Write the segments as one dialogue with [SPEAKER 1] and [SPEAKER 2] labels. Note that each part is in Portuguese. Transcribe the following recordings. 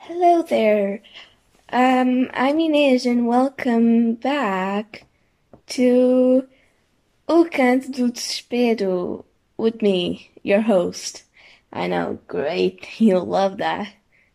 [SPEAKER 1] Hello there. I'm Inês and welcome back to O Canto do Desespero with me, your host. I know, great, you'll love that.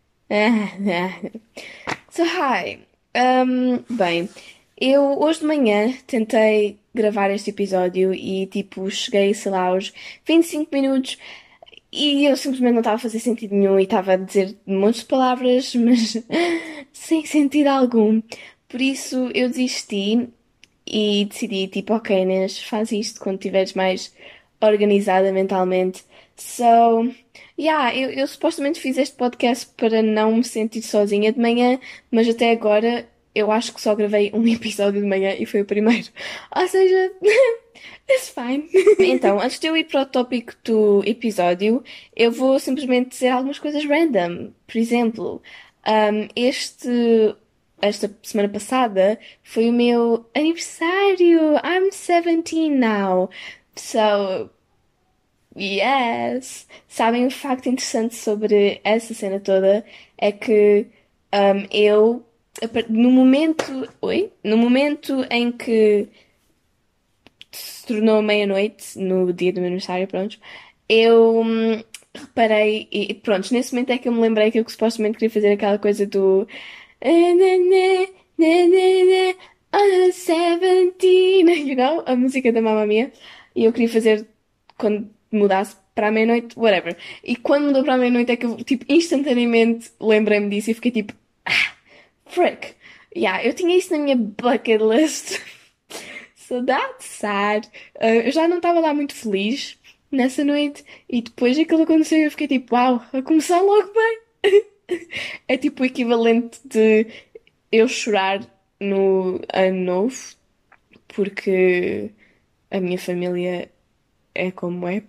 [SPEAKER 1] So, hi. Bem, eu hoje de manhã tentei gravar este episódio e tipo, cheguei, sei lá, aos 25 minutos e eu simplesmente não estava a fazer sentido nenhum e estava a dizer montes de palavras, mas sem sentido algum. Por isso eu desisti e decidi, tipo, ok, Inês, faz isto quando estiveres mais organizada mentalmente. So, yeah, eu supostamente fiz este podcast para não me sentir sozinha de manhã, mas até agora eu acho que só gravei um episódio de manhã e foi o primeiro. Ou seja, it's fine. Então, antes de eu ir para o tópico do episódio, eu vou simplesmente dizer algumas coisas random. Por exemplo, esta semana passada foi o meu aniversário. I'm 17 now. So, yes. Sabem um facto interessante sobre essa cena toda? É que eu, no momento, no momento em que se tornou meia-noite, no dia do meu aniversário, pronto, eu reparei, e pronto, nesse momento é que eu me lembrei que eu supostamente queria fazer aquela coisa do on 17, you know, a música da Mamma Mia, e eu queria fazer quando mudasse para a meia-noite, whatever. E quando mudou para a meia-noite é que eu, tipo, instantaneamente lembrei-me disso e fiquei tipo, frick. Yeah, eu tinha isso na minha bucket list. So that's sad. Eu já não estava lá muito feliz nessa noite e depois aquilo aconteceu e eu fiquei tipo, uau, a começar logo bem. É tipo o equivalente de eu chorar no ano novo porque a minha família é como é.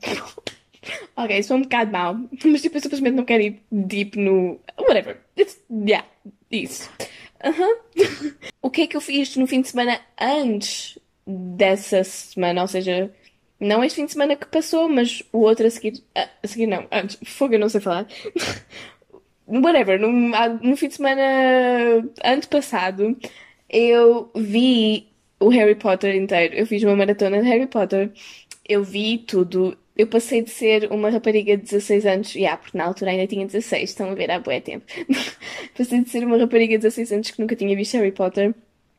[SPEAKER 1] Ok, isso é um bocado mau, mas tipo, eu simplesmente não quero ir deep no. Whatever. Yeah, isso. Aham. O que é que eu fiz no fim de semana antes dessa semana? Ou seja, não este fim de semana que passou, mas o outro a seguir. A seguir não, antes. Fogo, eu não sei falar. Whatever, no fim de semana antepassado, eu vi o Harry Potter inteiro. Eu fiz uma maratona de Harry Potter. Eu vi tudo. Eu passei de ser uma rapariga de 16 anos, porque na altura ainda tinha 16, estão a ver há bué tempo. Passei de ser uma rapariga de 16 anos que nunca tinha visto Harry Potter,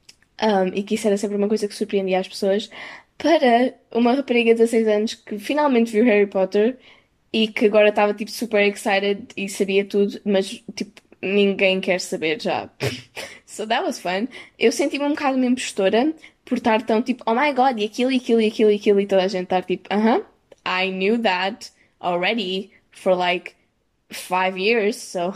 [SPEAKER 1] e que isso era sempre uma coisa que surpreendia as pessoas, para uma rapariga de 16 anos que finalmente viu Harry Potter e que agora estava tipo super excited e sabia tudo, mas tipo ninguém quer saber já. So that was fun. Eu senti-me um bocado uma impostora por estar tão tipo, oh my god, e aquilo, e aquilo, e aquilo, e aquilo, e toda a gente estar tipo, I knew that already for like 5 years, so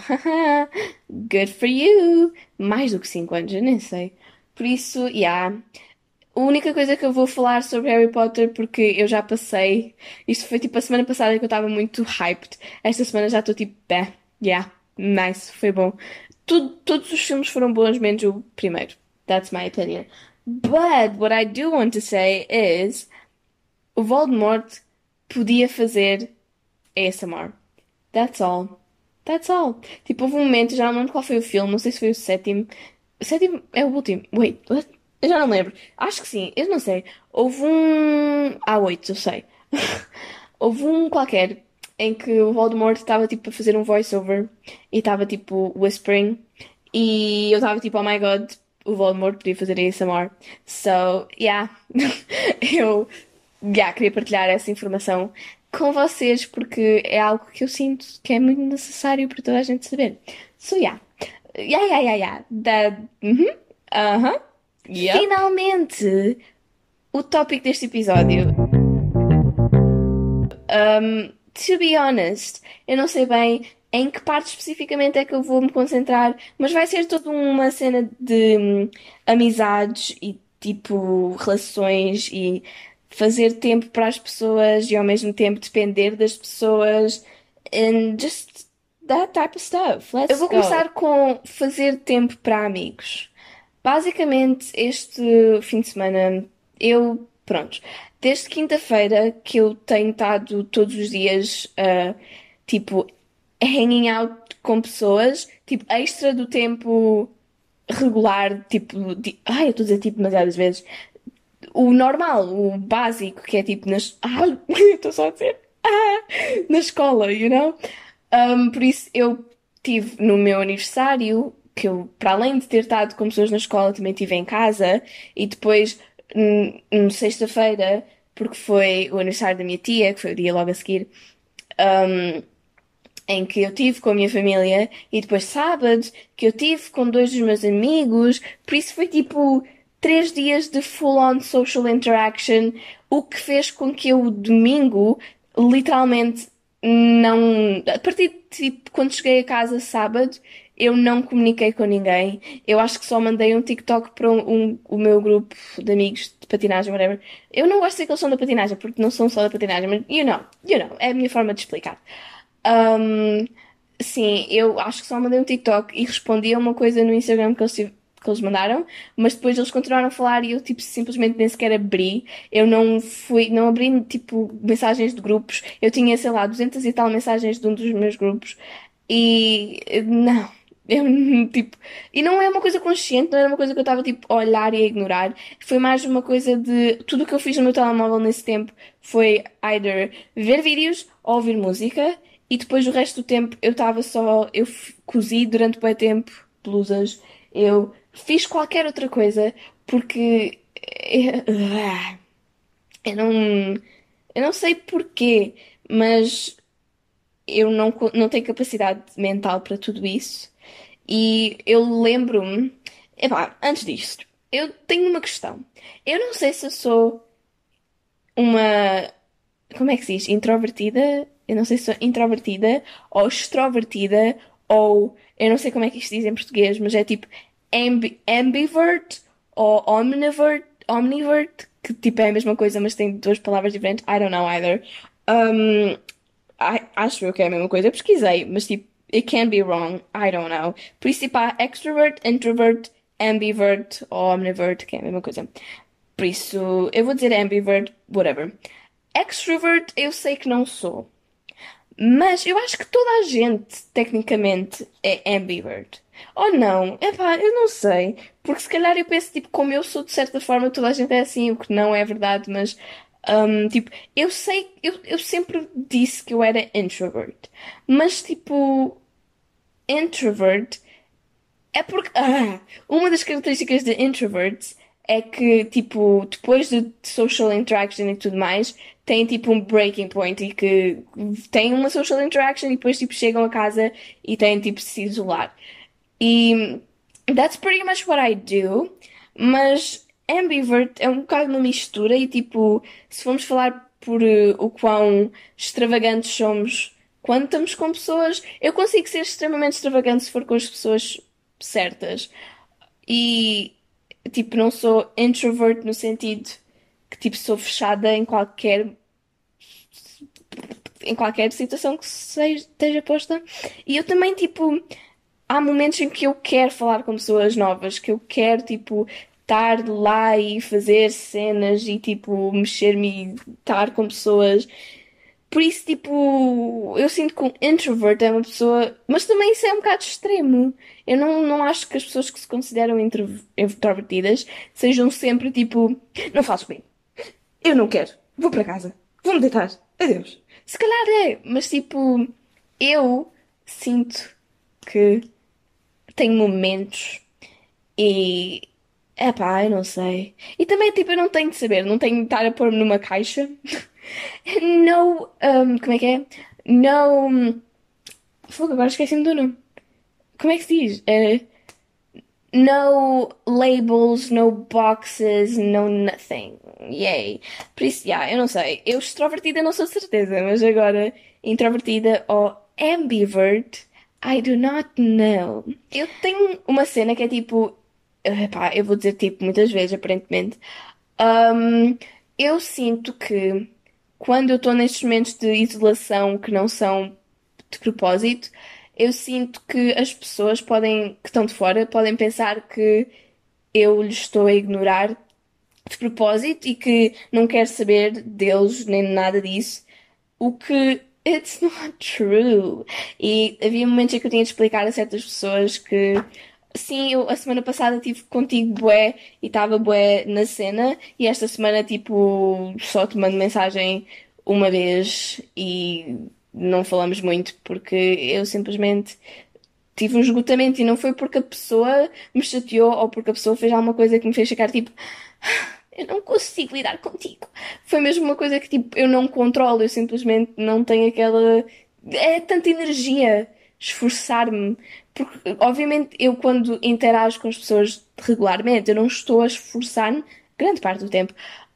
[SPEAKER 1] good for you. Mais do que 5 anos, eu nem sei. Por isso, yeah. A única coisa que eu vou falar sobre Harry Potter, porque eu já passei. Isto foi tipo a semana passada que eu estava muito hyped. Esta semana já estou tipo, yeah, nice, foi bom. Todos os filmes foram bons, menos o primeiro. That's my opinion. But what I do want to say is o Voldemort podia fazer ASMR. That's all. That's all. Tipo, houve um momento, já não lembro qual foi o filme, não sei se foi o sétimo. O sétimo é o último. Wait, what? Eu já não lembro. Acho que sim, eu não sei. Houve um. Há oito, eu sei. Houve um qualquer em que o Voldemort estava tipo a fazer um voice-over e estava tipo whispering e eu estava tipo, oh my god, o Voldemort podia fazer ASMR. So, yeah. Eu queria partilhar essa informação com vocês porque é algo que eu sinto que é muito necessário para toda a gente saber. So, yeah. Yeah, yeah, yeah, yeah. Aham. Yep. Finalmente, o tópico deste episódio. To be honest, eu não sei bem em que parte especificamente é que eu vou me concentrar, mas vai ser toda uma cena de amizades e tipo relações e fazer tempo para as pessoas e ao mesmo tempo depender das pessoas and just that type of stuff. Eu vou começar com fazer tempo para amigos. Basicamente, este fim de semana, pronto, desde quinta-feira que eu tenho estado todos os dias, tipo, hanging out com pessoas, tipo, extra do tempo regular, tipo, ai, eu estou a dizer tipo demasiadas vezes. O normal, o básico, que é tipo nas. Ai, estou só a dizer. Na escola, you know? Por isso eu tive no meu aniversário, que eu, para além de ter estado com pessoas na escola, também tive em casa, e depois, sexta-feira, porque foi o aniversário da minha tia, que foi o dia logo a seguir, em que eu tive com a minha família, e depois sábado, que eu tive com dois dos meus amigos, por isso foi tipo 3 dias de full-on social interaction, o que fez com que eu domingo, literalmente, não. A partir de tipo, quando cheguei a casa sábado, eu não comuniquei com ninguém. Eu acho que só mandei um TikTok para o meu grupo de amigos de patinagem, whatever. Eu não gosto de dizer que eles são da patinagem, porque não são só da patinagem, mas you know, é a minha forma de explicar. Um, sim, eu acho que só mandei um TikTok e respondi a uma coisa no Instagram que eles mandaram, mas depois eles continuaram a falar e eu tipo simplesmente nem sequer abri. Eu não fui, não abri tipo mensagens de grupos. Eu tinha, sei lá, 200 e tal mensagens de um dos meus grupos e não. Eu, tipo, e não é uma coisa consciente, não era uma coisa que eu estava tipo a olhar e a ignorar. Foi mais uma coisa de tudo o que eu fiz no meu telemóvel nesse tempo foi either ver vídeos ou ouvir música. E depois o resto do tempo eu estava só. Eu cozi durante bué tempo blusas. Eu fiz qualquer outra coisa porque eu não, eu não sei porquê, mas eu não tenho capacidade mental para tudo isso. E eu lembro-me. Epá, antes disto, eu tenho uma questão. Eu não sei se eu sou uma. Como é que se diz? Introvertida? Eu não sei se sou introvertida ou extrovertida ou. Eu não sei como é que isto se diz em português, mas é tipo ambivert ou omnivert, que tipo é a mesma coisa, mas tem duas palavras diferentes. I don't know either. Um, acho eu que é a mesma coisa. Eu pesquisei, mas tipo, it can be wrong. I don't know. Por isso, tipo, há extrovert, introvert, ambivert ou omnivert, que é a mesma coisa. Por isso, eu vou dizer ambivert, whatever. Extrovert, eu sei que não sou. Mas eu acho que toda a gente, tecnicamente, é ambivert. Ou não? Epá, eu não sei. Porque se calhar eu penso, tipo, como eu sou de certa forma, toda a gente é assim, o que não é verdade, mas, tipo, eu sei, eu sempre disse que eu era introvert. Mas, tipo, introvert é porque, uma das características de introverts é que, tipo, depois de social interaction e tudo mais, tem tipo um breaking point e que têm uma social interaction e depois, tipo, chegam a casa e têm, tipo, de se isolar. E that's pretty much what I do, mas ambivert é um bocado uma mistura e, tipo, se formos falar por o quão extravagantes somos quando estamos com pessoas, eu consigo ser extremamente extravagante se for com as pessoas certas. E, tipo, não sou introvert no sentido que, tipo, sou fechada em qualquer situação que esteja posta. E eu também, tipo, há momentos em que eu quero falar com pessoas novas, que eu quero, tipo, estar lá e fazer cenas e, tipo, mexer-me e estar com pessoas. Por isso, tipo, eu sinto que um introvert é uma pessoa. Mas também isso é um bocado extremo. Eu não acho que as pessoas que se consideram introvertidas sejam sempre tipo: não falas comigo, eu não quero, vou para casa, vou-me deitar, adeus. Se calhar é, mas tipo, eu sinto que tenho momentos e. Epá, eu não sei. E também, tipo, eu não tenho de saber, não tenho de estar a pôr-me numa caixa. No, como é que é? No. Fogo, agora esqueci-me do nome. Como é que se diz? No labels, no boxes, no nothing. Yay. Por isso, yeah, eu não sei. Eu extrovertida não sou de certeza, mas agora introvertida ou ambivert, I do not know. Eu tenho uma cena que é tipo, epá, eu vou dizer tipo muitas vezes, aparentemente. Um, eu sinto que quando eu estou nestes momentos de isolação que não são de propósito, eu sinto que as pessoas que estão de fora, podem pensar que eu lhes estou a ignorar de propósito e que não quero saber deles nem nada disso. O que It's not true. E havia momentos em que eu tinha de explicar a certas pessoas que sim, eu a semana passada estive contigo bué e estava bué na cena e esta semana tipo só te mando mensagem uma vez e não falamos muito porque eu simplesmente tive um esgotamento e não foi porque a pessoa me chateou ou porque a pessoa fez alguma coisa que me fez ficar tipo eu não consigo lidar contigo. Foi mesmo uma coisa que, tipo, eu não controlo, eu simplesmente não tenho aquela. É tanta energia esforçar-me. Porque, obviamente, eu quando interajo com as pessoas regularmente, eu não estou a esforçar-me, grande parte do tempo,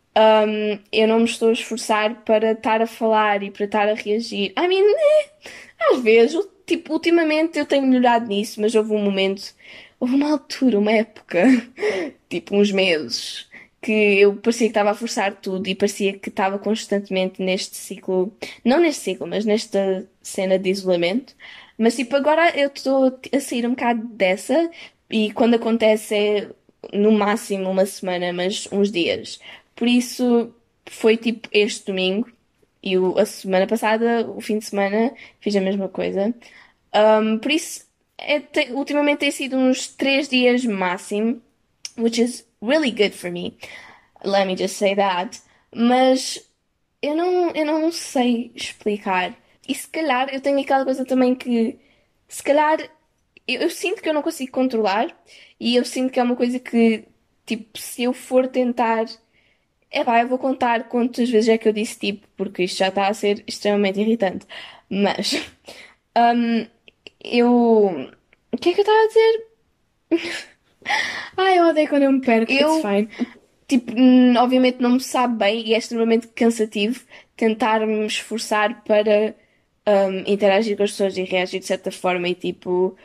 [SPEAKER 1] eu não me estou a esforçar para estar a falar e para estar a reagir. I mean, às vezes, tipo, ultimamente eu tenho melhorado nisso, mas houve um momento, houve uma altura, uma época, tipo uns meses, que eu parecia que estava a forçar tudo e parecia que estava constantemente neste ciclo, não neste ciclo, mas nesta cena de isolamento. Mas tipo, agora eu estou a sair um bocado dessa e quando acontece é no máximo uma semana, mas uns dias. Por isso foi tipo este domingo. E a semana passada, o fim de semana, fiz a mesma coisa. Por isso, ultimamente tem sido uns 3 dias máximo, which is really good for me. Let me just say that. Mas eu não sei explicar. E se calhar eu tenho aquela coisa também que, se calhar, eu sinto que eu não consigo controlar e eu sinto que é uma coisa que, tipo, se eu for tentar. É pá, eu vou contar quantas vezes é que eu disse tipo, porque isto já está a ser extremamente irritante. Mas, hum, eu. O que é que eu estava a dizer? Ai, eu odeio quando eu me perco. It's
[SPEAKER 2] Eu,
[SPEAKER 1] fine. Tipo, obviamente não me sabe bem e é extremamente cansativo tentar me esforçar para interagir com as pessoas e reagir de certa forma e tipo,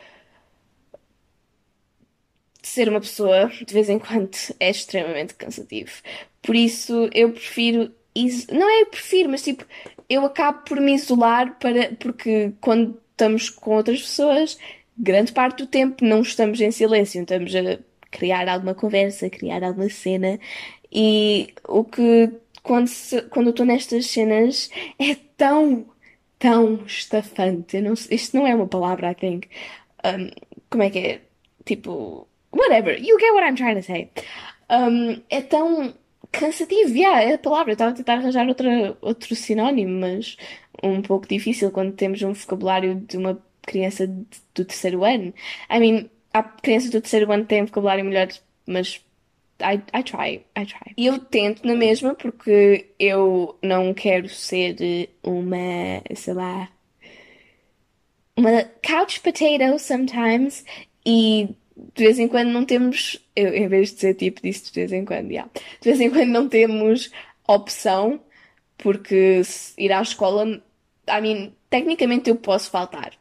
[SPEAKER 1] ser uma pessoa de vez em quando é extremamente cansativo. Por isso eu prefiro. Não é eu prefiro, mas tipo, eu acabo por me isolar porque quando estamos com outras pessoas, grande parte do tempo não estamos em silêncio, estamos a criar alguma conversa, criar alguma cena. E o que quando eu estou nestas cenas é tão estafante. Eu não, isto não é uma palavra, I think. Um, como é que é? Tipo, whatever. You get what I'm trying to say. É tão cansativo, yeah, é a palavra. Eu estava a tentar arranjar outro sinónimo, mas um pouco difícil quando temos um vocabulário de uma criança do terceiro ano. I mean, há crianças do terceiro ano que têm vocabulário melhor, mas I try, I try. E eu tento na mesma porque eu não quero ser uma, sei lá, uma couch potato sometimes e de vez em quando não temos, eu, em vez de dizer tipo disso de vez em quando, yeah. De vez em quando não temos opção porque ir à escola, I mean, tecnicamente eu posso faltar,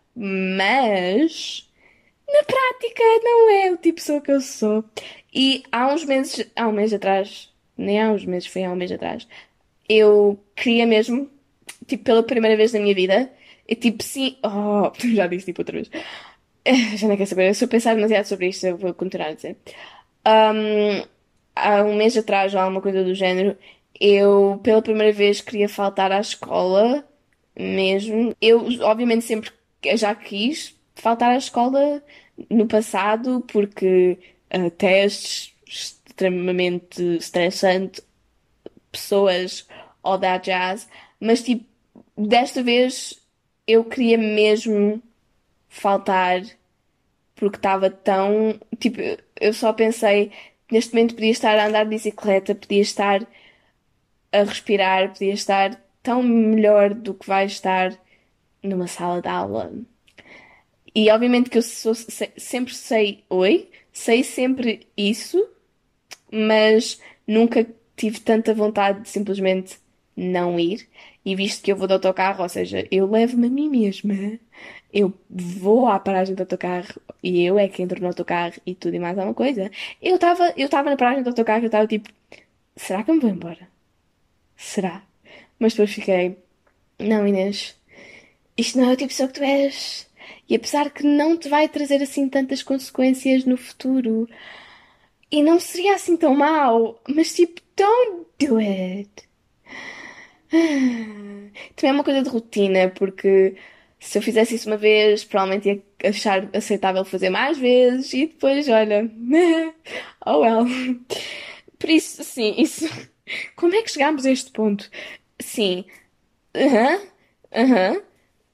[SPEAKER 1] mas na prática não é o tipo de pessoa que eu sou. E há uns meses, há um mês atrás, nem há uns meses, foi há um mês atrás, eu queria mesmo, tipo, pela primeira vez na minha vida, e tipo, sim, oh, já disse tipo outra vez. Já não quero saber, se eu pensar demasiado sobre isto, eu vou continuar a dizer. Um, há um mês atrás, ou alguma coisa do género, eu pela primeira vez queria faltar à escola, mesmo. Eu, obviamente, sempre já quis faltar à escola no passado, porque testes extremamente estressantes, pessoas, all that jazz, mas tipo, desta vez eu queria mesmo faltar porque estava tão. Tipo, eu só pensei, neste momento podia estar a andar de bicicleta, podia estar a respirar, podia estar tão melhor do que vai estar numa sala de aula. E obviamente que eu sempre sei oi, sei sempre isso, mas nunca tive tanta vontade de simplesmente não ir. E visto que eu vou de autocarro, ou seja, eu levo-me a mim mesma, eu vou à paragem do autocarro e eu é que entro no autocarro e tudo e mais alguma coisa. Eu estava na paragem do autocarro e eu estava tipo, será que eu me vou embora? Será? Mas depois fiquei, não, Inês, isto não é o tipo de pessoa que tu és. E apesar que não te vai trazer assim tantas consequências no futuro, e não seria assim tão mau, mas tipo, don't do it. Também é uma coisa de rotina, porque se eu fizesse isso uma vez, provavelmente ia achar aceitável fazer mais vezes e depois, olha, oh well. Por isso, sim, isso. Como é que chegámos a este ponto? Sim, aham, aham.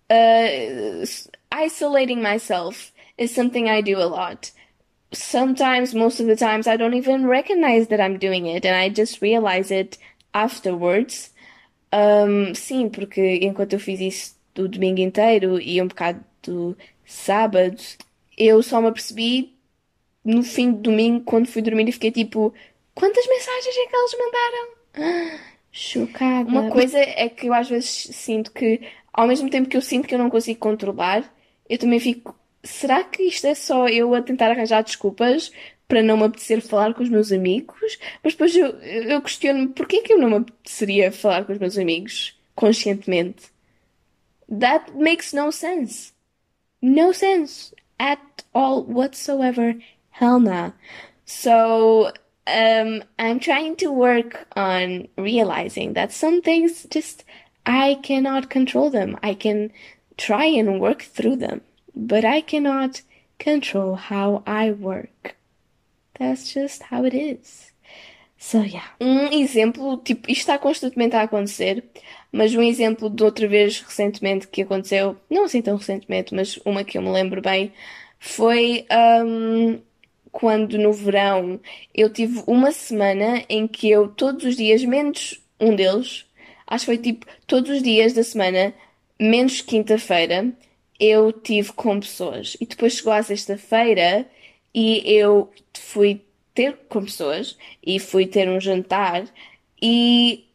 [SPEAKER 1] Isolating myself is something I do a lot. Sometimes, most of the times, I don't even recognize that I'm doing it, and I just realize it afterwards. Sim, porque enquanto eu fiz isso do domingo inteiro e um bocado do sábado, eu só me apercebi no fim do domingo, quando fui dormir, e fiquei tipo, quantas mensagens é que eles mandaram?
[SPEAKER 2] Chocada.
[SPEAKER 1] Uma coisa é que eu às vezes sinto que, ao mesmo tempo que eu sinto que eu não consigo controlar, eu também fico, será que isto é só eu a tentar arranjar desculpas para não me apetecer falar com os meus amigos? Mas depois eu questiono-me, porquê que eu não me apeteceria falar com os meus amigos conscientemente? That makes no sense. No sense at all whatsoever. Hell nah. So, I'm trying to work on realizing that some things just I cannot control them. I can try and work through them, but I cannot control how I work. That's just how it is. So, yeah. Um exemplo, tipo, isto está constantemente a acontecer, mas um exemplo de outra vez recentemente que aconteceu, não assim tão recentemente, mas uma que eu me lembro bem, foi quando no verão eu tive uma semana em que eu todos os dias, menos um deles, acho que foi tipo todos os dias da semana, menos quinta-feira, eu tive com pessoas. E depois chegou à sexta-feira e eu fui ter com pessoas e fui ter um jantar e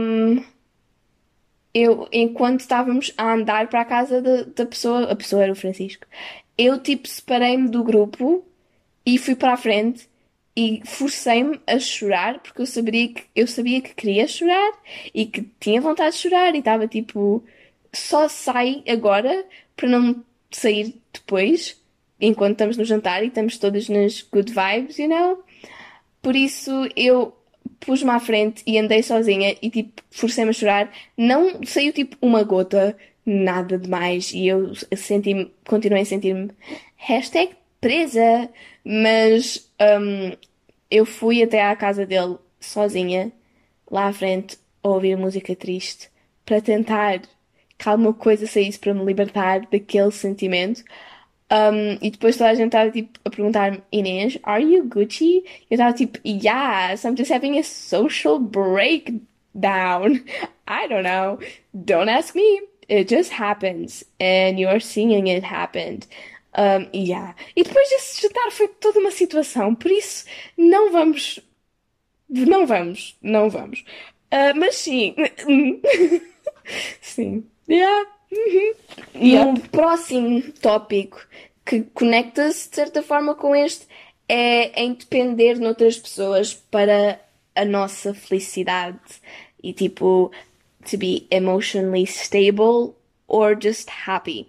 [SPEAKER 1] eu, enquanto estávamos a andar para a casa da pessoa, a pessoa era o Francisco, eu tipo separei-me do grupo e fui para a frente e forcei-me a chorar porque eu sabia que queria chorar e que tinha vontade de chorar e estava tipo, só sai agora para não sair depois, enquanto estamos no jantar e estamos todas nas good vibes, you know? Por isso eu pus-me à frente e andei sozinha e tipo forcei-me a chorar. Não saiu tipo uma gota, nada demais. E eu senti-me, continuei a sentir-me hashtag presa. Mas eu fui até à casa dele sozinha, lá à frente, a ouvir música triste, para tentar que alguma coisa saísse para me libertar daquele sentimento. E depois toda a gente estava tipo a perguntar-me, Inês, are you Gucci? Eu estava tipo, yes, I'm just having a social breakdown. I don't know. Don't ask me. It just happens. And you're seeing it happened. Yeah. E depois desse jantar foi toda uma situação, por isso não vamos, não vamos. Mas sim. Sim. Yeah. Um
[SPEAKER 2] Yep.
[SPEAKER 1] próximo tópico que conecta-se de certa forma com este é em depender noutras pessoas para a nossa felicidade e tipo to be emotionally stable or just happy.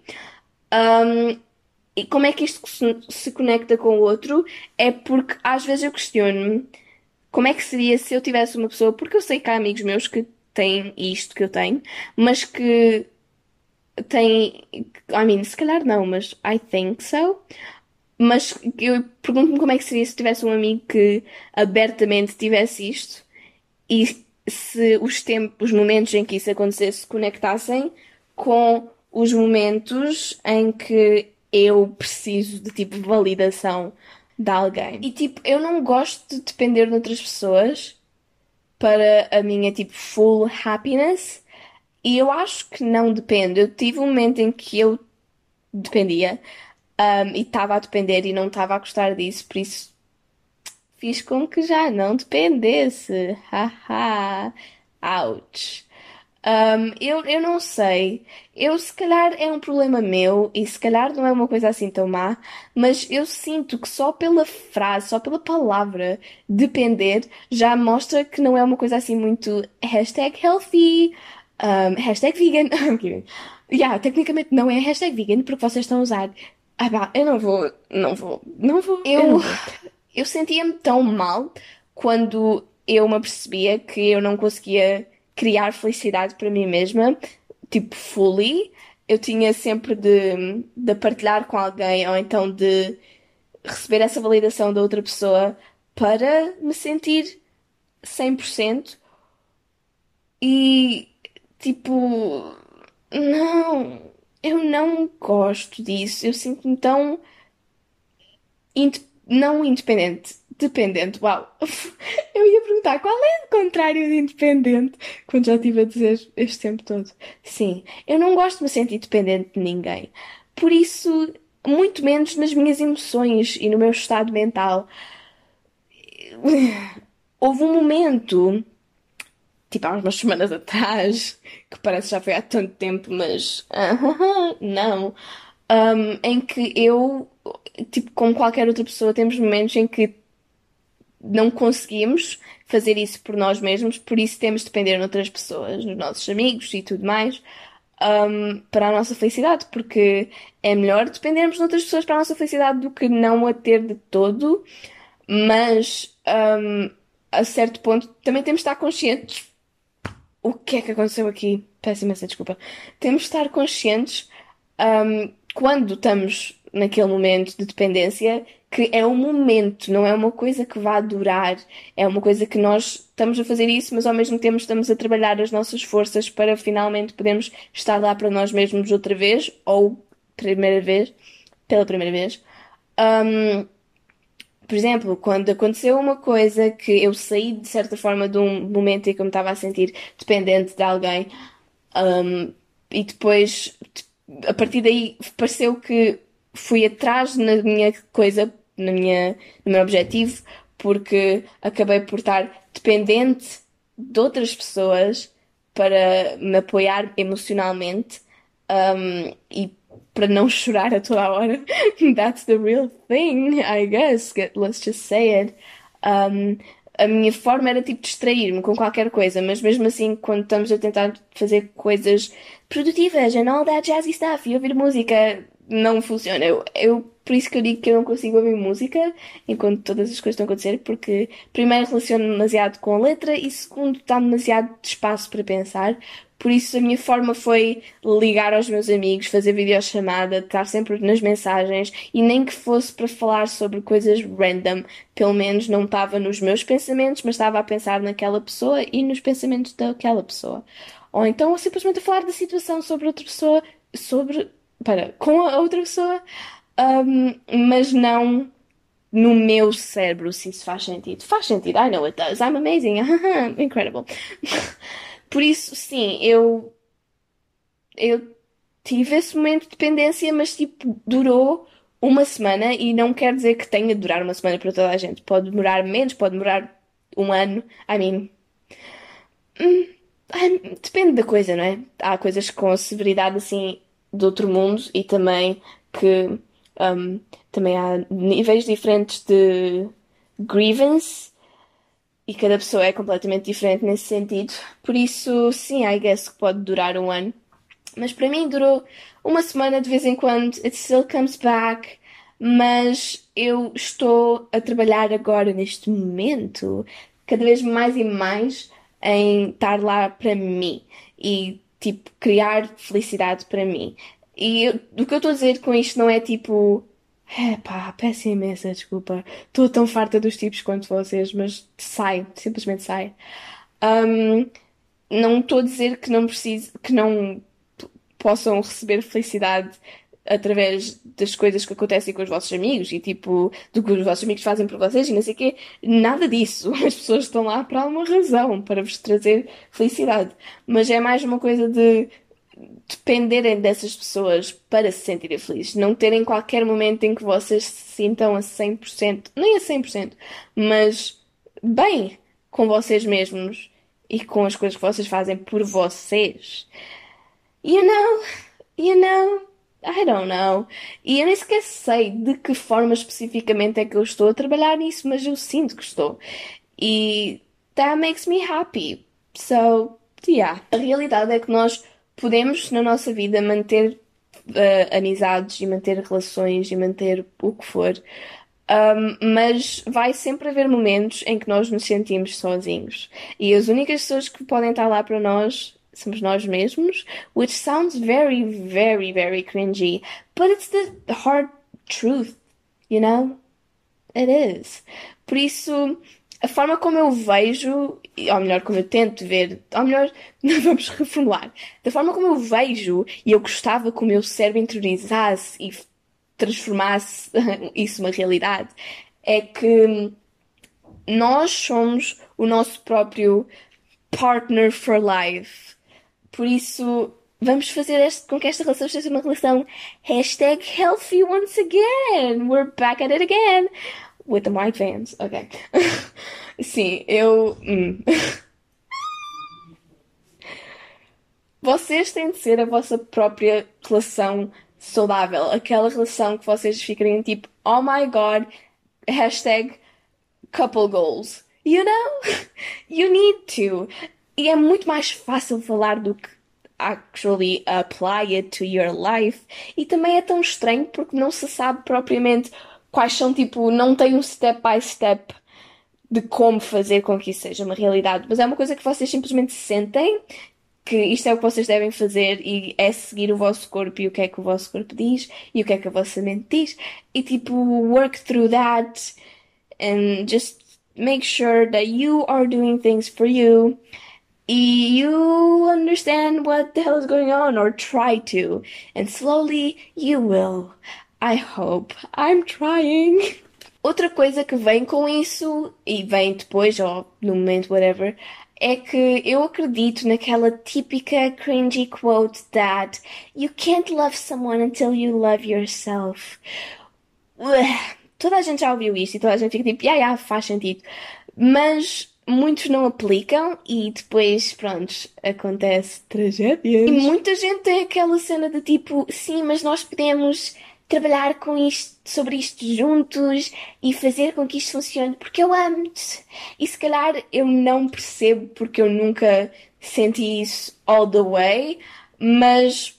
[SPEAKER 1] E como é que isto se conecta com o outro? É porque às vezes eu questiono-me como é que seria se eu tivesse uma pessoa, porque eu sei que há amigos meus que têm isto que eu tenho, mas que tem, I mean, se calhar não, mas I think so. Mas eu pergunto-me como é que seria se tivesse um amigo que abertamente tivesse isto e se os tempos, os momentos em que isso acontecesse se conectassem com os momentos em que eu preciso de tipo validação de alguém. E tipo, eu não gosto de depender de outras pessoas para a minha tipo full happiness. E eu acho que não depende. Eu tive um momento em que eu dependia, e estava a depender e não estava a gostar disso, por isso fiz com que já não dependesse. Haha. Ouch. Eu não sei. Eu se calhar é um problema meu e se calhar não é uma coisa assim tão má, mas eu sinto que só pela frase, só pela palavra depender já mostra que não é uma coisa assim muito hashtag healthy, hashtag vegan. I'm kidding. Yeah, tecnicamente não é hashtag vegan porque vocês estão a usar. Ah, pá, eu não vou, eu não vou. Eu sentia-me tão mal quando eu me apercebia que eu não conseguia. criar felicidade para mim mesma, tipo, fully. Eu tinha sempre de partilhar com alguém ou então de receber essa validação da outra pessoa para me sentir 100% e, tipo, não, eu não gosto disso. Eu sinto-me tão não independente, dependente. Uau! Eu ia perguntar qual é o contrário de independente quando já estive a dizer este tempo todo. Sim, eu não gosto de me sentir dependente de ninguém. Por isso, muito menos nas minhas emoções e no meu estado mental. Houve um momento, tipo há umas semanas atrás, que parece que já foi há tanto tempo, mas não, em que eu, tipo, como qualquer outra pessoa, temos momentos em que não conseguimos fazer isso por nós mesmos, por isso temos de depender de outras pessoas, dos nossos amigos e tudo mais, para a nossa felicidade, porque é melhor dependermos de outras pessoas para a nossa felicidade do que não a ter de todo, mas a certo ponto também temos de estar conscientes. O que é que aconteceu aqui? Peço imensa desculpa. Temos de estar conscientes, quando estamos naquele momento de dependência, que é um momento, não é uma coisa que vá durar. É uma coisa que nós estamos a fazer isso, mas ao mesmo tempo estamos a trabalhar as nossas forças para finalmente podermos estar lá para nós mesmos outra vez, ou primeira vez, pela primeira vez. Por exemplo, quando aconteceu uma coisa que eu saí de certa forma de um momento em que eu me estava a sentir dependente de alguém, e depois, a partir daí, pareceu que fui atrás na minha coisa, no meu objetivo, porque acabei por estar dependente de outras pessoas para me apoiar emocionalmente, e para não chorar a toda a hora. That's the real thing, I guess. Let's just say it. Um, a minha forma era tipo distrair-me com qualquer coisa, mas mesmo assim, quando estamos a tentar fazer coisas produtivas and all that jazzy stuff e ouvir música, não funciona. Por isso que eu digo que eu não consigo ouvir música enquanto todas as coisas estão a acontecer, porque primeiro relaciono demasiado com a letra e segundo dá demasiado espaço para pensar. Por isso a minha forma foi ligar aos meus amigos, fazer videochamada, estar sempre nas mensagens e nem que fosse para falar sobre coisas random, pelo menos não estava nos meus pensamentos, mas estava a pensar naquela pessoa e nos pensamentos daquela pessoa. Ou então simplesmente a falar da situação sobre outra pessoa, com a outra pessoa, mas não no meu cérebro, se isso faz sentido. Faz sentido, I know it does. I'm amazing. Incredible. Por isso, sim, eu tive esse momento de dependência, mas tipo, durou uma semana e não quer dizer que tenha de durar uma semana para toda a gente. Pode demorar menos, pode demorar um ano. I mean, depende da coisa, não é? Há coisas com severidade assim do outro mundo e também que também há níveis diferentes de grievance e cada pessoa é completamente diferente nesse sentido. Por isso, sim, I guess que pode durar um ano. Mas para mim durou uma semana de vez em quando. It still comes back. Mas eu estou a trabalhar agora, neste momento, cada vez mais e mais em estar lá para mim e, tipo, criar felicidade para mim. O que eu estou a dizer com isto não é tipo. Epá, peço imensa desculpa. Estou tão farta dos tipos quanto vocês, mas sai, simplesmente sai. Ahm, não estou a dizer que não preciso, que não possam receber felicidade através das coisas que acontecem com os vossos amigos e tipo do que os vossos amigos fazem por vocês e não sei o quê. Nada disso. As pessoas estão lá por alguma razão, para vos trazer felicidade. Mas é mais uma coisa de dependerem dessas pessoas para se sentirem felizes. Não terem qualquer momento em que vocês se sintam a 100%, nem a 100%, mas bem com vocês mesmos e com as coisas que vocês fazem por vocês. You know, you know, I don't know. E eu nem sequer sei de que forma especificamente é que eu estou a trabalhar nisso, mas eu sinto que estou. E that makes me happy. So, yeah. A realidade é que nós podemos, na nossa vida, manter amizades e manter relações e manter o que for, Mas vai sempre haver momentos em que nós nos sentimos sozinhos. E as únicas pessoas que podem estar lá para nós somos nós mesmos, which sounds very, very, very cringy, but it's the hard truth, you know? It is. Por isso, a forma como eu vejo, ou melhor, como eu tento ver, ou melhor, vamos reformular, da forma como eu vejo, e eu gostava que o meu cérebro interiorizasse e transformasse isso numa realidade, é que nós somos o nosso próprio partner for life. Por isso, vamos fazer com que esta relação seja uma relação hashtag healthy once again. We're back at it again. With the mic fans. Ok. Sim, Vocês têm de ser a vossa própria relação saudável. Aquela relação que vocês ficarem tipo, oh my god, hashtag couple goals. You know? You need to. E é muito mais fácil falar do que actually apply it to your life. E também é tão estranho porque não se sabe propriamente quais são, tipo, não tem um step by step de como fazer com que isso seja uma realidade. Mas é uma coisa que vocês simplesmente sentem que isto é o que vocês devem fazer e é seguir o vosso corpo e o que é que o vosso corpo diz e o que é que a vossa mente diz e tipo work through that and just make sure that you are doing things for you e you understand what the hell is going on or try to and slowly you will. I hope. I'm trying. Outra coisa que vem com isso, e vem depois, ou no momento, whatever, é que eu acredito naquela típica cringy quote that you can't love someone until you love yourself. Toda a gente já ouviu isto e toda a gente fica tipo, yeah, faz sentido. Mas muitos não aplicam e depois, pronto, acontece tragédias. E muita gente tem aquela cena de tipo, sim, mas nós podemos trabalhar com isto, sobre isto juntos e fazer com que isto funcione porque eu amo-te. E se calhar eu não percebo porque eu nunca senti isso all the way, mas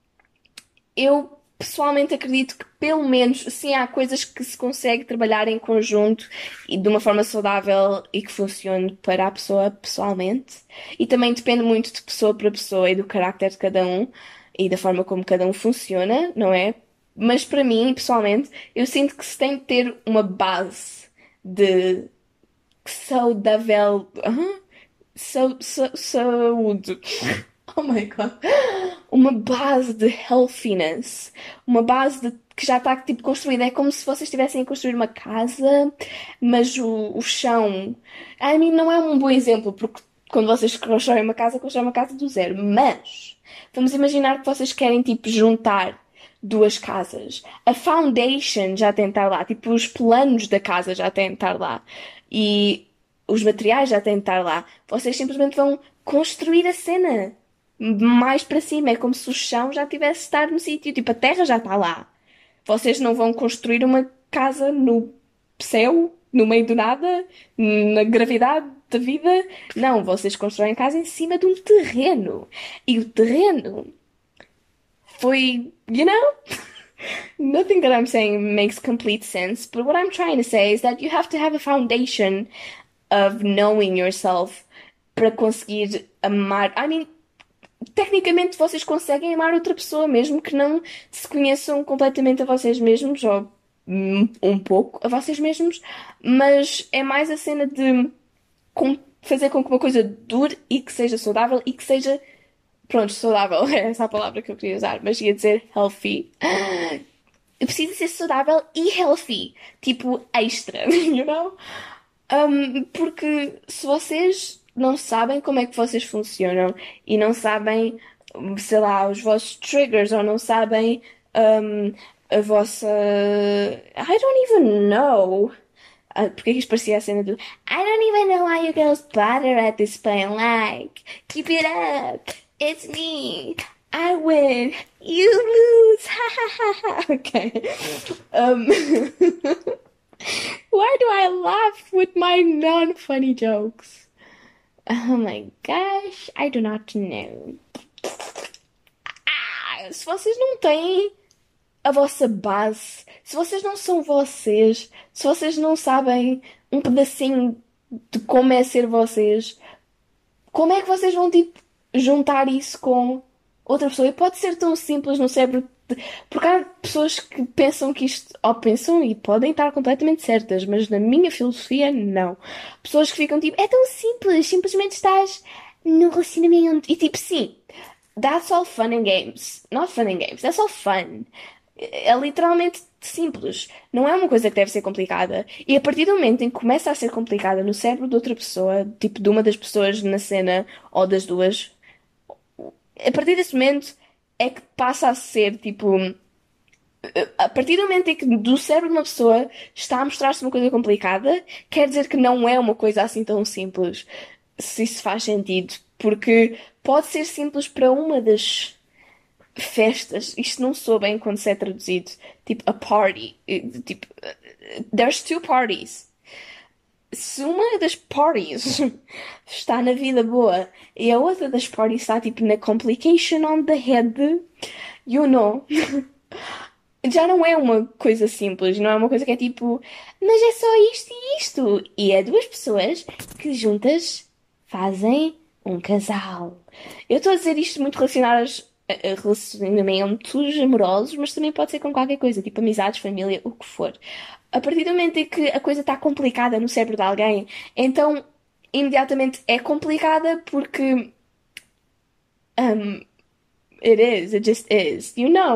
[SPEAKER 1] eu pessoalmente acredito que pelo menos sim há coisas que se consegue trabalhar em conjunto e de uma forma saudável e que funcione para a pessoa pessoalmente. E também depende muito de pessoa para pessoa e do carácter de cada um e da forma como cada um funciona, não é? Mas para mim, pessoalmente, eu sinto que se tem de ter uma base de saudável. Saúde. Oh my God. Uma base de healthiness. Uma base que já está tipo construída. É como se vocês estivessem a construir uma casa, mas o chão. I mean, não é um bom exemplo, porque quando vocês constroem uma casa do zero. Mas vamos imaginar que vocês querem tipo juntar duas casas. A foundation já tem de estar lá. Tipo, os planos da casa já têm de estar lá. E os materiais já têm de estar lá. Vocês simplesmente vão construir a cena mais para cima. É como se o chão já tivesse de estar no sítio. Tipo, a terra já está lá. Vocês não vão construir uma casa no céu, no meio do nada, na gravidade da vida. Não, vocês constroem casa em cima de um terreno. E o terreno foi, you know? Nothing that I'm saying makes complete sense, but what I'm trying to say is that you have to have a foundation of knowing yourself para conseguir amar. I mean, tecnicamente vocês conseguem amar outra pessoa mesmo que não se conheçam completamente a vocês mesmos ou um pouco a vocês mesmos, mas é mais a cena de fazer com que uma coisa dure e que seja saudável e que seja, pronto, saudável, é essa a palavra que eu queria usar, mas ia dizer healthy. Precisa ser saudável e healthy, tipo extra, you know? Porque se vocês não sabem como é que vocês funcionam e não sabem, sei lá, os vossos triggers ou não sabem, a vossa. I don't even know. Porque é que isto parecia a cena do I don't even know why you girls bother at this point. Like, keep it up. It's me. I win. You lose. Ha ha ha ha. Okay. Um, why do I laugh with my non-funny jokes? Oh my gosh, I do not know. Se vocês não têm a vossa base, se vocês não são vocês, se vocês não sabem um pedacinho de como é ser vocês, como é que vocês vão, tipo, juntar isso com outra pessoa? E pode ser tão simples no cérebro, porque há pessoas que pensam que isto, ou pensam e podem estar completamente certas, mas na minha filosofia, não. Pessoas que ficam tipo, é tão simples, simplesmente estás no relacionamento. E tipo, sim, that's all fun and games. Not fun and games, that's all fun. É literalmente simples. Não é uma coisa que deve ser complicada. E a partir do momento em que começa a ser complicada no cérebro de outra pessoa, tipo de uma das pessoas na cena ou das duas, a partir desse momento é que passa a ser tipo. A partir do momento em que do cérebro de uma pessoa está a mostrar-se uma coisa complicada, quer dizer que não é uma coisa assim tão simples. Se isso faz sentido. Porque pode ser simples para uma das festas. Isto não sou bem quando se é traduzido. Tipo, a party. Tipo, there's two parties. Se uma das parties está na vida boa e a outra das parties está tipo na complication on the head, you know, já não é uma coisa simples, não é uma coisa que é tipo, mas é só isto e isto. E é duas pessoas que juntas fazem um casal. Eu estou a dizer isto muito relacionado a relacionamentos amorosos, mas também pode ser com qualquer coisa, tipo amizades, família, o que for. A partir do momento em que a coisa está complicada no cérebro de alguém, então imediatamente é complicada porque it just is.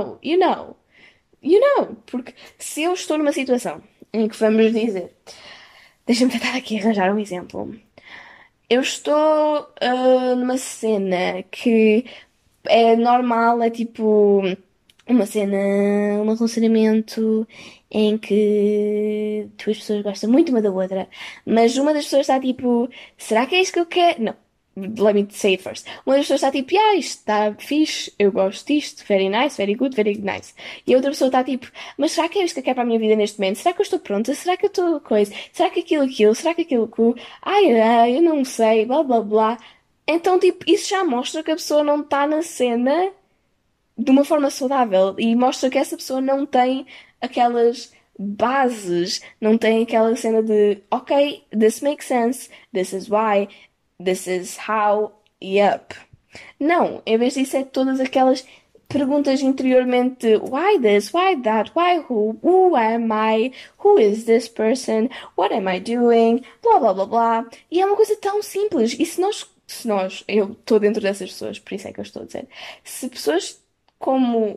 [SPEAKER 1] Porque se eu estou numa situação em que vamos dizer, deixa-me tentar aqui arranjar um exemplo. Eu estou numa cena que é normal, é tipo uma cena, um relacionamento em que duas pessoas gostam muito uma da outra, mas uma das pessoas está tipo, será que é isto que eu quero? Não. Let me say it first. Uma das pessoas está tipo, isto está fixe, eu gosto disto, very nice, very good, very nice. E a outra pessoa está tipo, mas será que é isto que eu quero para a minha vida neste momento? Será que eu estou pronta? Será que eu estou coisa? Será que aquilo? Será que aquilo que... Ai, eu não sei, blá blá blá. Então, tipo, isso já mostra que a pessoa não está na cena de uma forma saudável e mostra que essa pessoa não tem aquelas bases, não tem aquela cena de, ok, this makes sense, this is why, this is how, yep. Não, em vez disso é todas aquelas perguntas interiormente de why this, why that, who am I, who is this person, what am I doing, blá blá blá blá. E é uma coisa tão simples. E se nós, eu estou dentro dessas pessoas, por isso é que eu estou a dizer, se pessoas como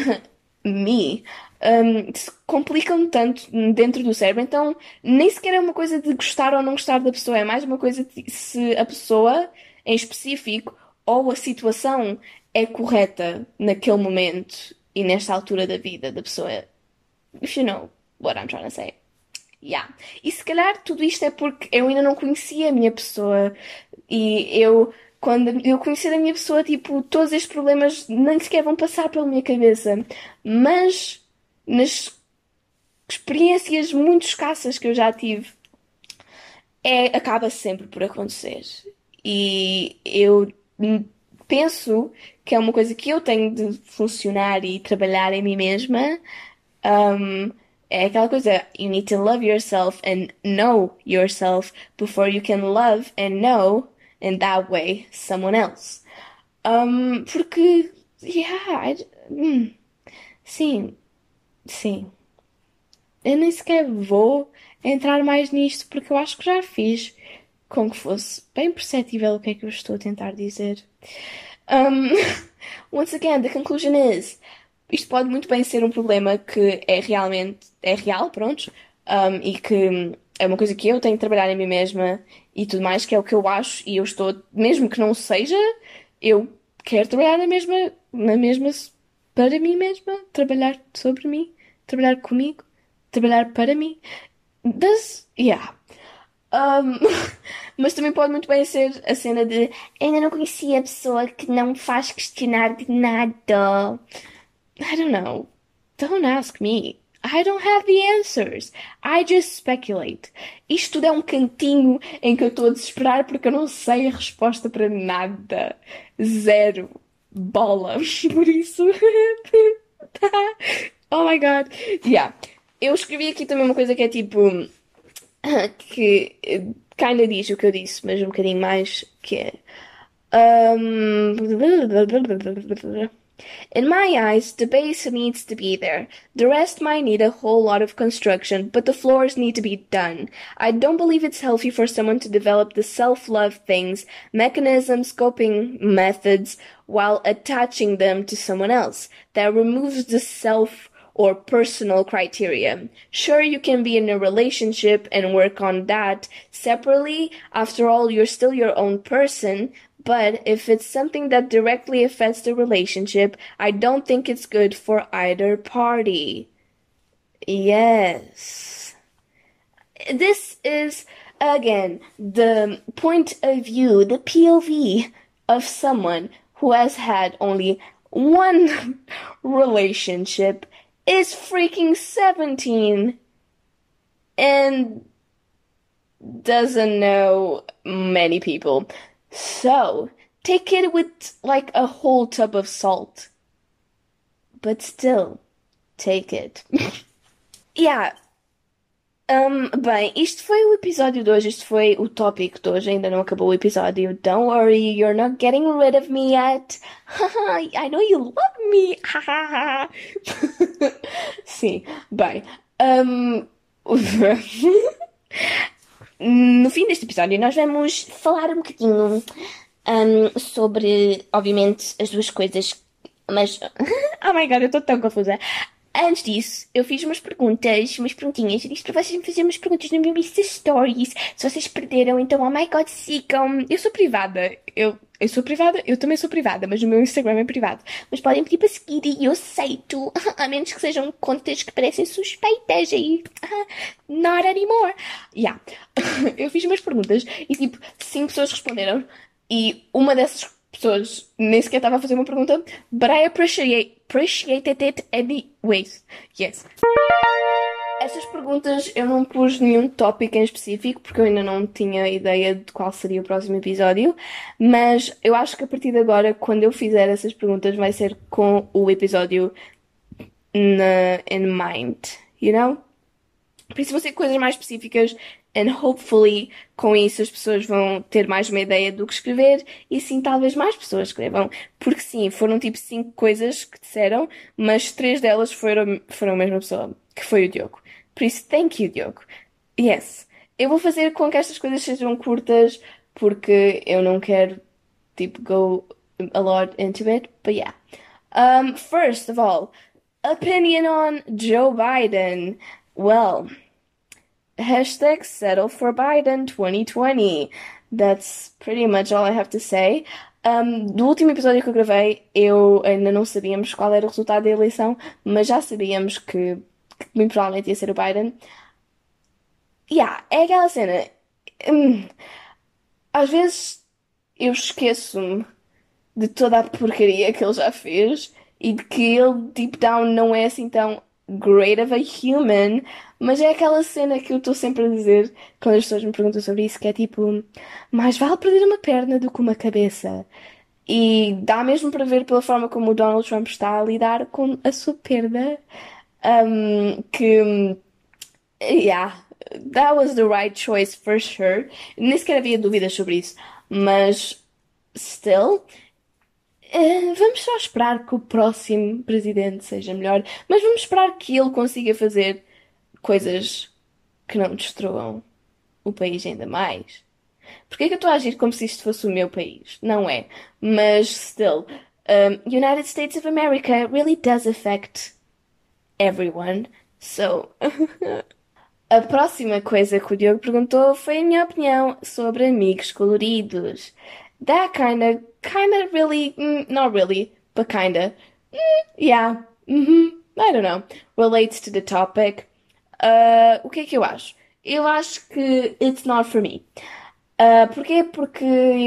[SPEAKER 1] me se complicam tanto dentro do cérebro, então nem sequer é uma coisa de gostar ou não gostar da pessoa, é mais uma coisa de se a pessoa em específico ou a situação é correta naquele momento e nesta altura da vida da pessoa. If you know what I'm trying to say. Yeah. E se calhar tudo isto é porque eu ainda não conhecia a minha pessoa e quando eu conhecer a minha pessoa, tipo, todos estes problemas nem sequer vão passar pela minha cabeça. Mas nas experiências muito escassas que eu já tive, acaba sempre por acontecer. E eu penso que é uma coisa que eu tenho de funcionar e trabalhar em mim mesma. Um, É aquela coisa, you need to love yourself and know yourself before you can love and know in that way someone else. Porque, yeah, sim, sim. Eu nem sequer vou entrar mais nisto porque eu acho que já fiz com que fosse bem perceptível o que é que eu estou a tentar dizer. Um, once again, the conclusion is, isto pode muito bem ser um problema que é realmente, é real, pronto, e que é uma coisa que eu tenho de trabalhar em mim mesma e tudo mais, que é o que eu acho, e eu estou, mesmo que não seja, eu quero trabalhar na mesma, para mim mesma, trabalhar sobre mim, trabalhar comigo, trabalhar para mim. Yeah. Um, mas também pode muito bem ser a cena de ainda não conheci a pessoa que não me faz questionar de nada. I don't know. Don't ask me. I don't have the answers. I just speculate. Isto tudo é um cantinho em que eu estou a desesperar porque eu não sei a resposta para nada. Zero. Bola. Por isso. Tá. Oh my God. Yeah. Eu escrevi aqui também uma coisa que é tipo, que kinda diz o que eu disse, mas um bocadinho mais, que é. Um, In my eyes, the base needs to be there. The rest might need a whole lot of construction, but the floors need to be done. I don't believe it's healthy for someone to develop the self-love things, mechanisms, coping methods, while attaching them to someone else. That removes the self or personal criteria. Sure, you can be in a relationship and work on that separately. After all, you're still your own person. But if it's something that directly affects the relationship, I don't think it's good for either party. Yes. This is, again, the point of view, the POV of someone who has had only one relationship, is freaking 17, and doesn't know many people. So, take it with like a whole tub of salt. But still, take it. Yeah. Bem, isto foi o episódio de hoje, isto foi o tópico de hoje, ainda não acabou o episódio. Don't worry, you're not getting rid of me yet. I know you love me. Sim, bem. Um, No fim deste episódio, nós vamos falar um bocadinho, sobre, obviamente, as duas coisas, mas. Oh my God, eu estou tão confusa. Antes disso, eu fiz umas perguntinhas. Eu disse para vocês me fazerem umas perguntas no meu Insta Stories. Se vocês perderam, então, oh my God, sigam. Eu sou privada. Eu sou privada, eu também sou privada, mas o meu Instagram é privado. Mas podem pedir para seguir e eu aceito. A menos que sejam contas que parecem suspeitas aí. Not anymore. Yeah. Eu fiz umas perguntas e tipo, 5 pessoas responderam. E uma dessas pessoas nem sequer estava a fazer uma pergunta, but I appreciated it anyways. Yes. Essas perguntas eu não pus nenhum tópico em específico, porque eu ainda não tinha ideia de qual seria o próximo episódio, mas eu acho que a partir de agora, quando eu fizer essas perguntas, vai ser com o episódio in mind, you know? Por isso vão ser coisas mais específicas, and hopefully com isso as pessoas vão ter mais uma ideia do que escrever e sim talvez mais pessoas escrevam. Porque sim, foram tipo 5 coisas que disseram, mas 3 delas foram a mesma pessoa, que foi o Diogo. Por isso, thank you, Diogo. Yes. Eu vou fazer com que estas coisas sejam curtas porque eu não quero tipo go a lot into it, but yeah. First of all, opinion on Joe Biden. Well, hashtag settle for Biden 2020. That's pretty much all I have to say. Do último episódio que eu gravei, eu ainda não sabíamos qual era o resultado da eleição, mas já sabíamos que muito provavelmente ia ser o Biden. Yeah, é aquela cena. hum, Às vezes eu esqueço-me de toda a porcaria que ele já fez e de que ele, deep down, não é assim tão great of a human, mas é aquela cena que eu estou sempre a dizer quando as pessoas me perguntam sobre isso, que é tipo, mais vale perder uma perna do que uma cabeça. E dá mesmo para ver pela forma como o Donald Trump está a lidar com a sua perda, que, yeah, that was the right choice for sure. Nem sequer havia dúvidas sobre isso, mas still. Vamos só esperar que o próximo presidente seja melhor, mas vamos esperar que ele consiga fazer coisas que não destruam o país ainda mais. Porque é que eu estou a agir como se isto fosse o meu país? Não é. Mas, still, United States of America really does affect everyone. So, a próxima coisa que o Diogo perguntou foi a minha opinião sobre amigos coloridos. That kinda really, not really, but kinda. Yeah. I don't know. Relates to the topic. O que é que eu acho? Eu acho que it's not for me. Porquê? Porque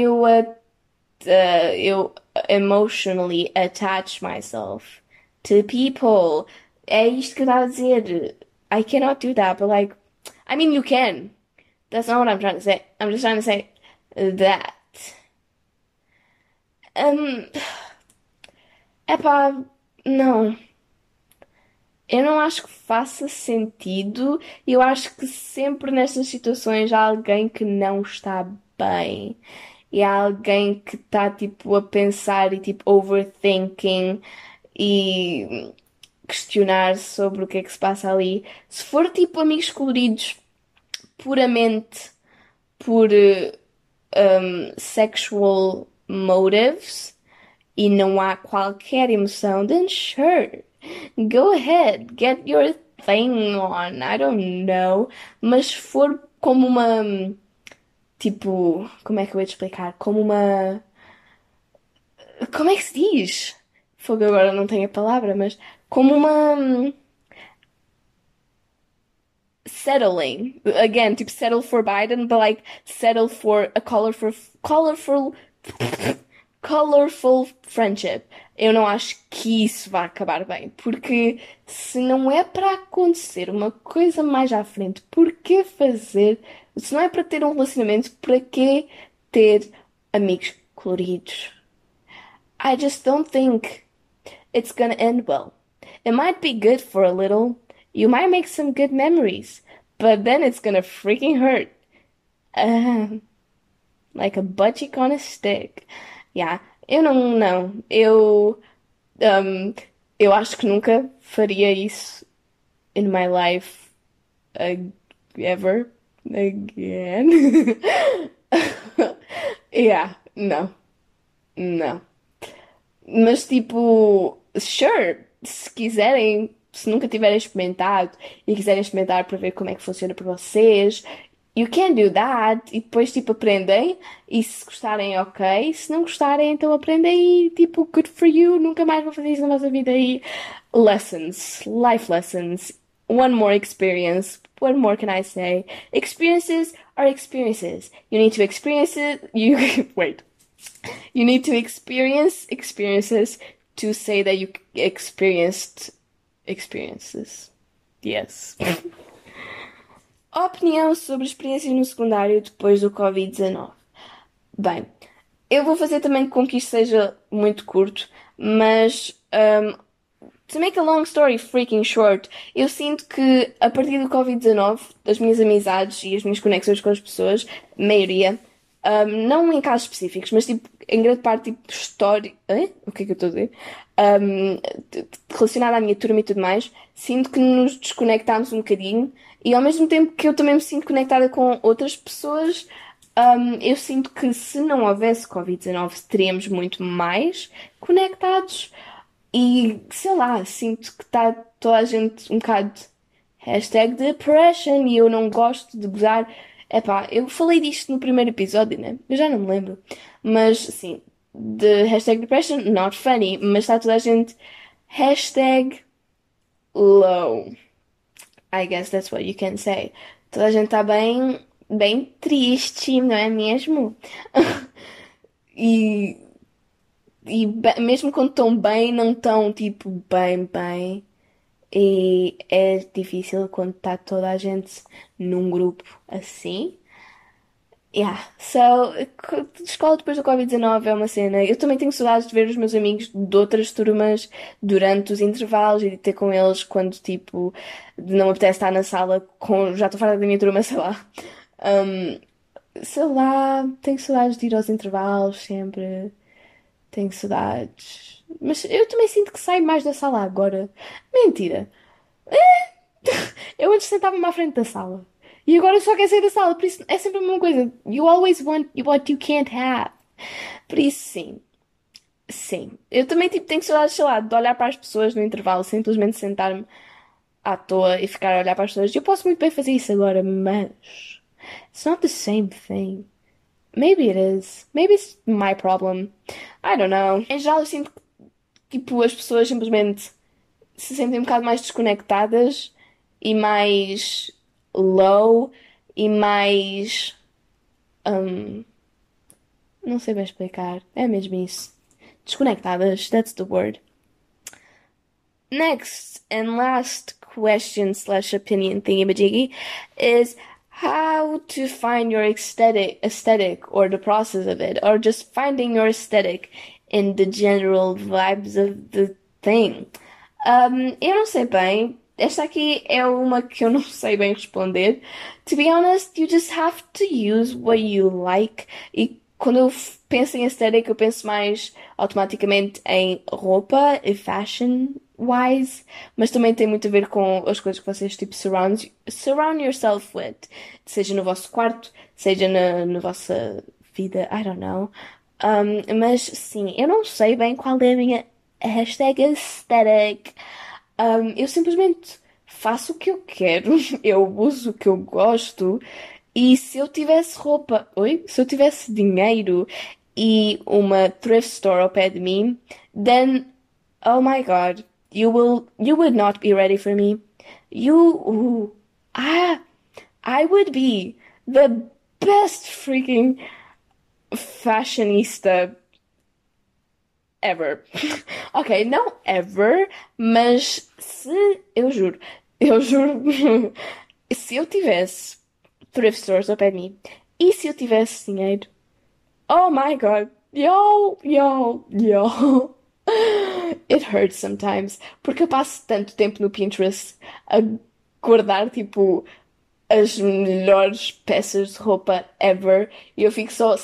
[SPEAKER 1] eu emotionally attach myself to people. É isto que eu estava a dizer. I cannot do that, but like, I mean, you can. That's not what I'm trying to say. I'm just trying to say that. Um, epá, não. Eu não acho que faça sentido. Eu acho que sempre nestas situações há alguém que não está bem. E há alguém que está tipo a pensar e tipo overthinking e questionar sobre o que é que se passa ali. Se for tipo amigos coloridos puramente por sexual motives e não há qualquer emoção, then sure, go ahead, get your thing on, I don't know. Mas se for como uma, tipo, como é que eu ia te explicar? Como uma, como é que se diz? Fogo, agora não tenho a palavra, mas como uma settling. Again, tipo settle for Biden, but like settle for a colorful friendship. Eu não acho que isso vá acabar bem, porque se não é para acontecer uma coisa mais à frente, por que fazer? Se não é para ter um relacionamento, para que ter amigos coloridos? I just don't think it's gonna end well. It might be good for a little. You might make some good memories, but then it's gonna freaking hurt. Uh, like a butt cheek on a stick. Yeah, eu não. Um, eu acho que nunca faria isso in my life ever again. Yeah, não, não. Mas tipo, sure, se quiserem, se nunca tiverem experimentado e quiserem experimentar para ver como é que funciona para vocês, you can do that e depois tipo aprendem e se gostarem, ok, se não gostarem, então aprendem e tipo, good for you, nunca mais vou fazer isso na vossa vida e lessons, life lessons, one more experience. What more can I say? Experiences are experiences. You need to experience it. You wait. You need to experience experiences to say that you experienced experiences. Yes. Opinião sobre experiências no secundário depois do Covid-19. Bem, eu vou fazer também com que isto seja muito curto, mas to make a long story freaking short, eu sinto que a partir do Covid-19, as minhas amizades e as minhas conexões com as pessoas, maioria, não em casos específicos, mas tipo, em grande parte, tipo, história. O que é que eu estou a dizer? Um, Relacionada à minha turma e tudo mais, sinto que nos desconectámos um bocadinho e ao mesmo tempo que eu também me sinto conectada com outras pessoas, eu sinto que se não houvesse Covid-19 teríamos muito mais conectados. E sei lá, sinto que está toda a gente um bocado hashtag depression e eu não gosto de gozar. Epá, eu falei disto no primeiro episódio, né? Eu já não me lembro. Mas sim, de hashtag depression, not funny, mas está toda a gente hashtag low. I guess that's what you can say. Toda a gente está bem triste, não é mesmo? E mesmo quando estão bem, não estão tipo bem. E é difícil quando está toda a gente num grupo assim. Yeah. So, escola depois do Covid-19 é uma cena. Eu também tenho saudades de ver os meus amigos de outras turmas durante os intervalos e de ter com eles quando, tipo, não me apetece estar na sala com. Já estou farta da minha turma, sei lá. Sei lá, tenho saudades de ir aos intervalos sempre. Tenho saudades. Mas eu também sinto que saio mais da sala agora. Mentira. Eu antes sentava-me à frente da sala. E agora só quero sair da sala. Por isso é sempre a mesma coisa. You always want what you can't have. Por isso, sim. Sim. Eu também tipo, tenho saudades, sei lá, de olhar para as pessoas no intervalo, simplesmente sentar-me à toa e ficar a olhar para as pessoas. Eu posso muito bem fazer isso agora, mas it's not the same thing. Maybe it is. Maybe it's my problem. I don't know. Em geral, eu sinto que tipo, as pessoas simplesmente se sentem um bocado mais desconectadas e mais low e mais. Não sei bem explicar. É mesmo isso. Desconectadas, that's the word. Next and last question slash opinion thingamajiggy is how to find your aesthetic or the process of it, or just finding your aesthetic in the general vibes of the thing. Eu não sei bem. esta aqui é uma que eu não sei bem responder. To be honest, you just have to use what you like. E quando eu penso em aesthetic, eu penso mais automaticamente em roupa e fashion wise, mas também tem muito a ver com as coisas que vocês tipo surround yourself with, seja no vosso quarto, seja na vossa vida, I don't know. Mas sim, eu não sei bem qual é a minha hashtag aesthetic. Eu simplesmente faço o que eu quero, eu uso o que eu gosto, e se eu tivesse roupa, oi? Se eu tivesse dinheiro e uma thrift store ao pé de mim, then, oh my God, you would not be ready for me. You, ah, I would be the best freaking fashionista ever. Ok, não ever, mas se eu juro, se eu tivesse thrift stores ao pé de mim e se eu tivesse dinheiro, oh my God, yo, it hurts sometimes, porque eu passo tanto tempo no Pinterest a guardar tipo as melhores peças de roupa ever e eu fico só,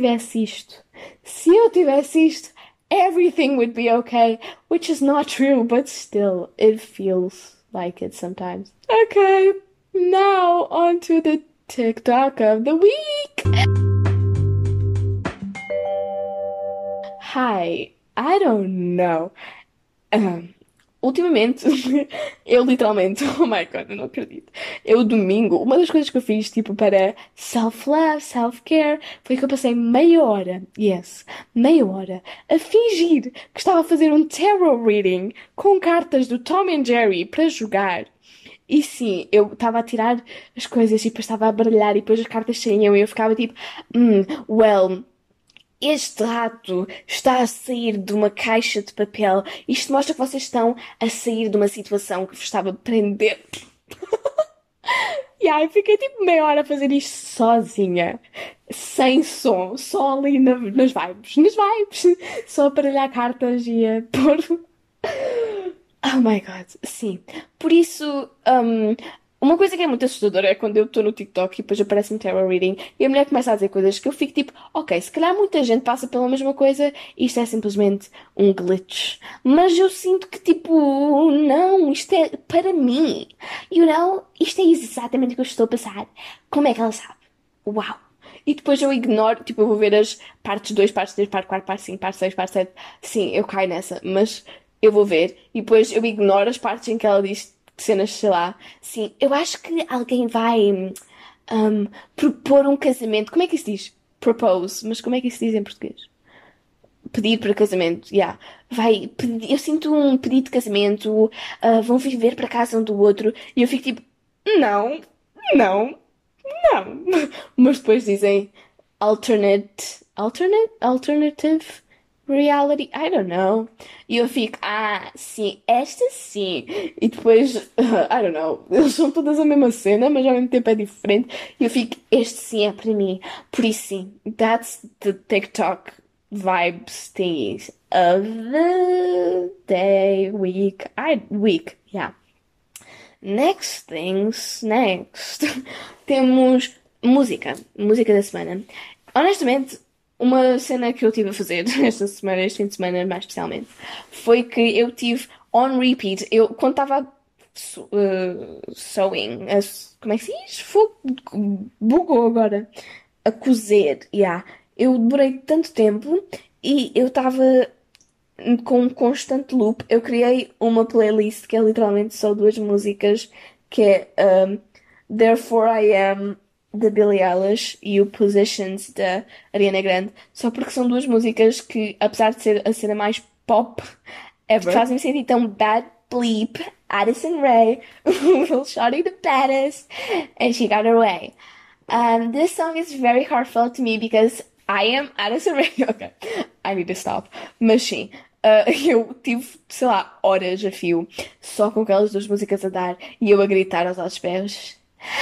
[SPEAKER 1] se eu tivesse isto, everything would be okay, which is not true, but still, it feels like it sometimes. Okay, now on to the TikTok of the week. Hi, I don't know. Ahm, Ultimamente, eu literalmente, oh my God, eu não acredito. Eu domingo, uma das coisas que eu fiz, tipo, para self-love, self-care, foi que eu passei meia hora, yes, meia hora, a fingir que estava a fazer um tarot reading com cartas do Tom and Jerry para jogar. E sim, eu estava a tirar as coisas e depois estava a baralhar e depois as cartas saíam e eu ficava tipo, well. Este rato está a sair de uma caixa de papel. Isto mostra que vocês estão a sair de uma situação que vos estava a prender. E aí fiquei tipo meia hora a fazer isto sozinha, sem som, só ali nas vibes, só a baralhar cartas e a pôr. Oh my God, sim. Por isso, uma coisa que é muito assustadora é quando eu estou no TikTok e depois aparece-me tarot reading e a mulher começa a dizer coisas que eu fico tipo, ok, se calhar muita gente passa pela mesma coisa, isto é simplesmente um glitch. Mas eu sinto que tipo, não, isto é para mim. Isto é exatamente o que eu estou a passar. Como é que ela sabe? Uau! E depois eu ignoro, tipo, eu vou ver as partes 2, partes 3, parte 4, parte 5, parte 6, parte 7. Sim, eu caio nessa, mas eu vou ver e depois eu ignoro as partes em que ela diz cenas, sei lá. Sim, eu acho que alguém vai hum, propor um casamento. Como é que isso diz? Propose, mas como é que isso diz em português? Pedir para casamento, yeah. Vai pedir, eu sinto um pedido de casamento, vão viver para casa um do outro e eu fico tipo, não, não, não. Mas depois dizem alternative reality, I don't know. E eu fico, sim, esta sim. E depois, I don't know, eles são todas a mesma cena, mas ao mesmo tempo é diferente. E eu fico, este sim é para mim. Por isso sim, that's the TikTok vibes thingies of the day, week, yeah. Next things, next. Temos música da semana. Honestamente, uma cena que eu tive a fazer esta semana, este fim de semana mais especialmente, foi que eu tive on repeat. Eu, quando estava sewing, como é que se diz? Bugou agora. A cozer, yeah. Eu demorei tanto tempo e eu estava com um constante loop. Eu criei uma playlist que é literalmente só duas músicas, que é Therefore I Am, da Billie Eilish, e o Positions, da Ariana Grande, só porque são duas músicas que, apesar de ser a cena mais pop ever, fazem-me sentir tão bad bleep. Addison Rae, Will Shawty the baddest, and she got her way. This song is very heartfelt to me because I am Addison Rae. Okay, I need to stop. Mas sim, eu tive, sei lá, horas a fio só com aquelas duas músicas a dar e eu a gritar aos altos berros.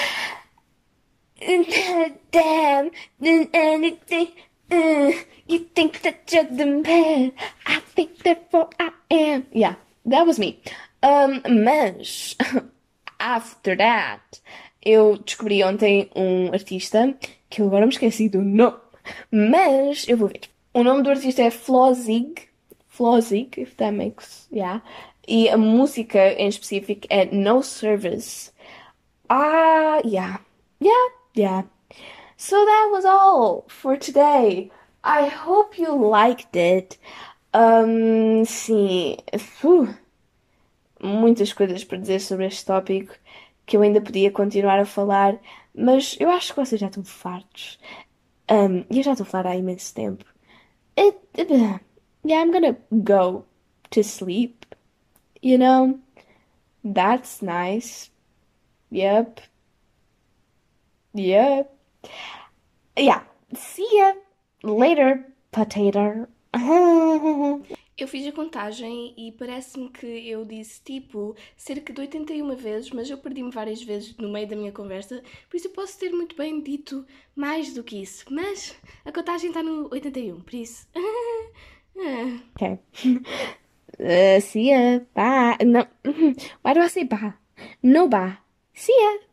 [SPEAKER 1] Damn, anything. You think that you're the man. I think therefore I am. Yeah, that was me. Mas, after that, eu descobri ontem um artista que eu agora me esqueci do nome, mas eu vou ver. O nome do artista é Flozig, Flozig, if that makes, yeah. E a música em específico é No Service. Ah, yeah, yeah, yeah. So that was all for today. I hope you liked it. Sim, muitas coisas para dizer sobre este tópico que eu ainda podia continuar a falar, mas eu acho que vocês já estão fartos. E eu já estou a falar há imenso tempo. Yeah, I'm gonna go to sleep. You know, that's nice. Yep, yep. Yeah, see ya later, potato. Eu fiz a contagem e parece-me que eu disse tipo cerca de 81 vezes, mas eu perdi-me várias vezes no meio da minha conversa, por isso eu posso ter muito bem dito mais do que isso. Mas a contagem está no 81, por isso. Okay. See ya. Bye. No. Why do I say bye? No bye. See ya.